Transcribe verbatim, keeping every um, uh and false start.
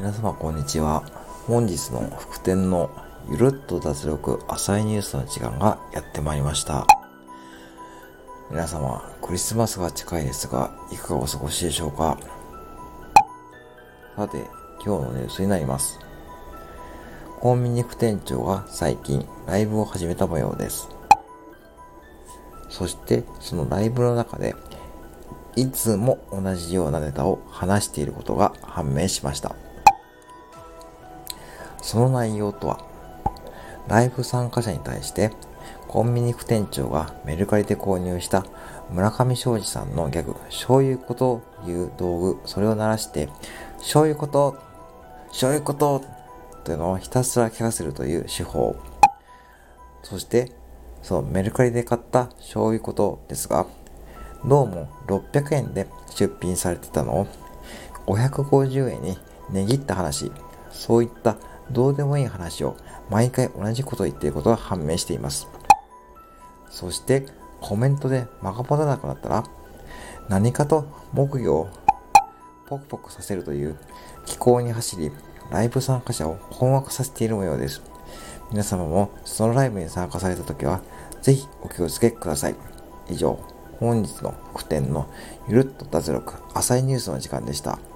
皆様こんにちは。本日の副展のゆるっと脱力浅いニュースの時間がやってまいりました。皆様クリスマスが近いですがいかがお過ごしでしょうか。さて今日のニュースになります。コンビニ副店長が最近ライブを始めた模様です。そしてそのライブの中でいつも同じようなネタを話していることが判明しました。その内容とは、ライブ参加者に対してコンビニ副店長がメルカリで購入した村上昌司さんのギャグ、そういうことを言う道具、それを鳴らして、そういうこと、そういうことというのをひたすら聞かせるという手法。そして、そのメルカリで買ったそういうことですが、どうもろっぴゃくえんで出品されてたのをごひゃくごじゅうえんに値切った話、そういったどうでもいい話を毎回同じことを言っていることが判明しています。そしてコメントで間が持たなくなったら何かと木魚をポクポクさせるという奇行に走り、ライブ参加者を困惑させている模様です。皆様もそのライブに参加されたときはぜひお気をつけください。以上、本日の副展のゆるっと脱力浅いニュースの時間でした。